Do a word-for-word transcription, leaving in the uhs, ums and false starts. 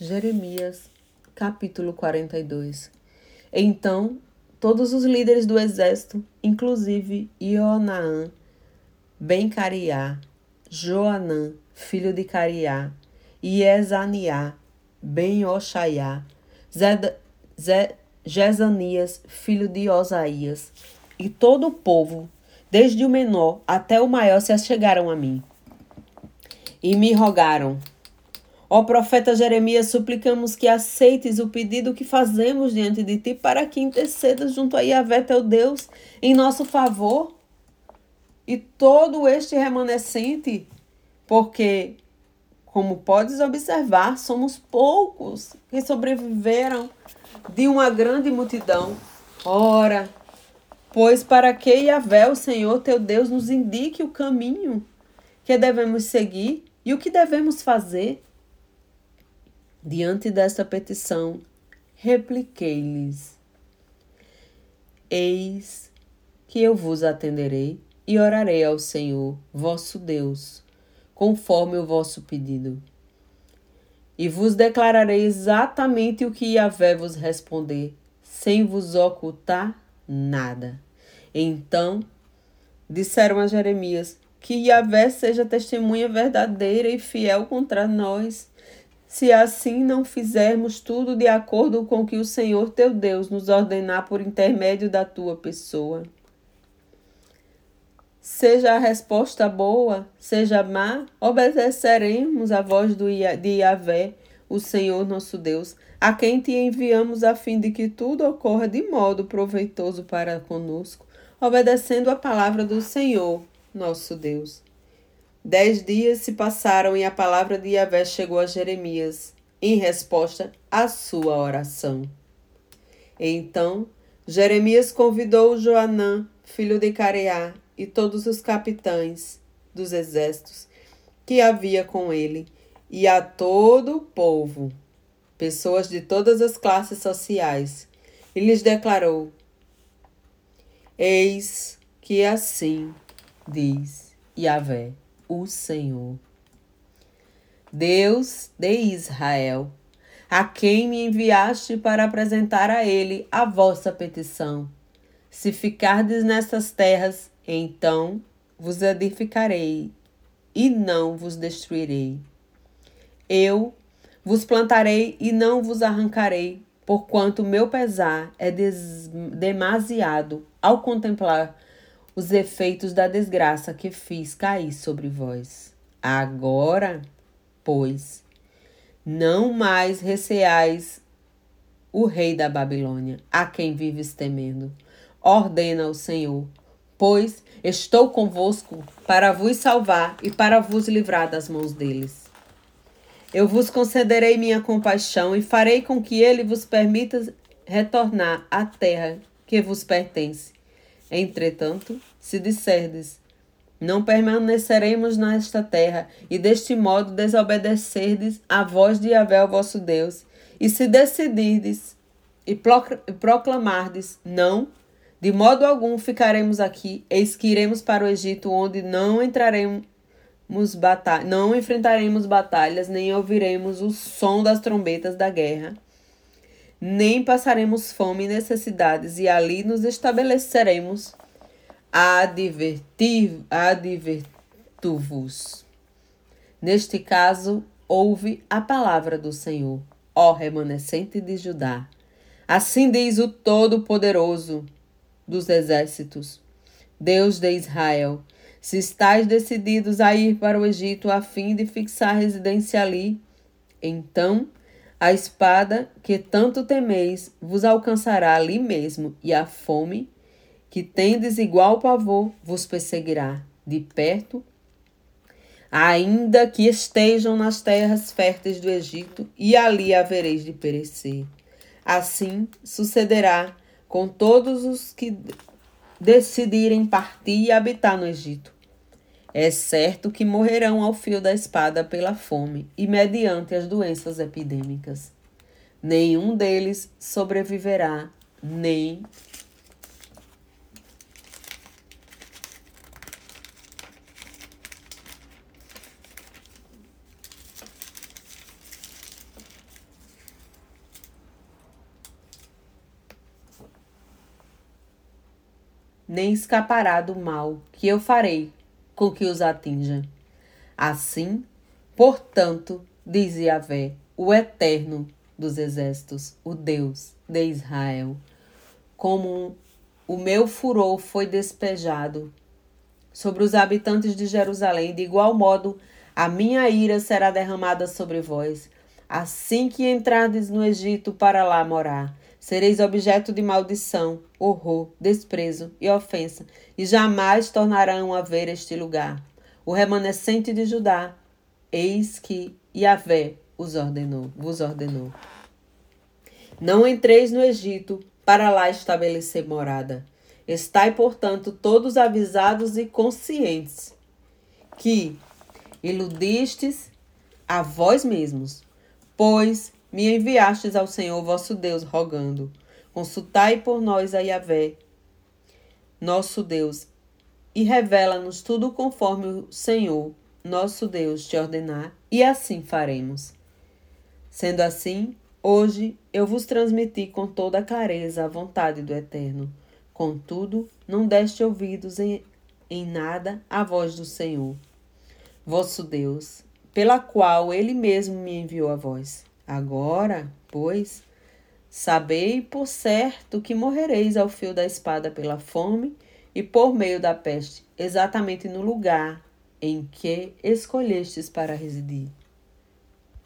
Jeremias, capítulo quarenta e dois. Então, todos os líderes do exército, inclusive Ioanaã, Ben-Cariá, Joanã, filho de Cariá, e Ezaniá, Ben-Oxaiá, Jezanias, filho de Osaías, e todo o povo, desde o menor até o maior, se achegaram a mim e me rogaram: ó profeta Jeremias, suplicamos que aceites o pedido que fazemos diante de ti para que intercedas junto a Yahvé teu Deus em nosso favor e todo este remanescente, porque, como podes observar, somos poucos que sobreviveram de uma grande multidão. Ora, pois para que Yahvé, o Senhor teu Deus, nos indique o caminho que devemos seguir e o que devemos fazer. Diante desta petição, repliquei-lhes: eis que eu vos atenderei e orarei ao Senhor, vosso Deus, conforme o vosso pedido. E vos declararei exatamente o que Yahvé vos responder, sem vos ocultar nada. Então, disseram a Jeremias: que Yahvé seja testemunha verdadeira e fiel contra nós, se assim não fizermos tudo de acordo com o que o Senhor teu Deus nos ordenar por intermédio da tua pessoa. Seja a resposta boa, seja má, obedeceremos a voz do, de Yahvé, o Senhor nosso Deus, a quem te enviamos a fim de que tudo ocorra de modo proveitoso para conosco, obedecendo a palavra do Senhor, nosso Deus. Dez dias se passaram e a palavra de Yahvé chegou a Jeremias, em resposta à sua oração. Então, Jeremias convidou Joanã, filho de Careá, e todos os capitães dos exércitos que havia com ele, e a todo o povo, pessoas de todas as classes sociais, e lhes declarou: eis que assim diz Yahvé, o Senhor, Deus de Israel, a quem me enviaste para apresentar a ele a vossa petição. Se ficardes nestas terras, então vos edificarei e não vos destruirei. Eu vos plantarei e não vos arrancarei, porquanto meu pesar é des- demasiado ao contemplar os efeitos da desgraça que fiz cair sobre vós. Agora, pois, não mais receais o rei da Babilônia, a quem vives temendo. Ordena o Senhor, pois estou convosco para vos salvar e para vos livrar das mãos deles. Eu vos concederei minha compaixão e farei com que ele vos permita retornar à terra que vos pertence. Entretanto, se disserdes: não permaneceremos nesta terra, e deste modo desobedecerdes a voz de Yahvé, o vosso Deus, e se decidirdes e proclamardes: não, de modo algum ficaremos aqui, eis que iremos para o Egito, onde não entraremos batalha, não enfrentaremos batalhas, nem ouviremos o som das trombetas da guerra, nem passaremos fome e necessidades, e ali nos estabeleceremos. Advertir, adverto-vos. Neste caso, ouve a palavra do Senhor, ó remanescente de Judá. Assim diz o Todo-Poderoso dos exércitos, Deus de Israel: se estáis decididos a ir para o Egito a fim de fixar residência ali, então a espada que tanto temeis vos alcançará ali mesmo, e a fome que tendes igual pavor vos perseguirá de perto, ainda que estejam nas terras férteis do Egito, e ali havereis de perecer. Assim sucederá com todos os que decidirem partir e habitar no Egito. É certo que morrerão ao fio da espada pela fome e mediante as doenças epidêmicas. Nenhum deles sobreviverá, nem nem escapará do mal que eu farei com que os atinja. Assim, portanto, diz Yahvé, o Eterno dos Exércitos, o Deus de Israel, como o meu furor foi despejado sobre os habitantes de Jerusalém, de igual modo a minha ira será derramada sobre vós. Assim que entrardes no Egito para lá morar, sereis objeto de maldição, horror, desprezo e ofensa, e jamais tornarão a ver este lugar. O remanescente de Judá, eis que Yahvé os ordenou, vos ordenou. Não entreis no Egito para lá estabelecer morada. Estai, portanto, todos avisados e conscientes que iludistes a vós mesmos, pois me enviastes ao Senhor vosso Deus, rogando: consultai por nós a Yahvé, nosso Deus, e revela-nos tudo conforme o Senhor, nosso Deus, te ordenar, e assim faremos. Sendo assim, hoje eu vos transmiti com toda a clareza a vontade do Eterno. Contudo, não deste ouvidos em, em nada à voz do Senhor, vosso Deus, pela qual ele mesmo me enviou a vós. Agora, pois, sabei por certo que morrereis ao fio da espada pela fome e por meio da peste, exatamente no lugar em que escolhestes para residir.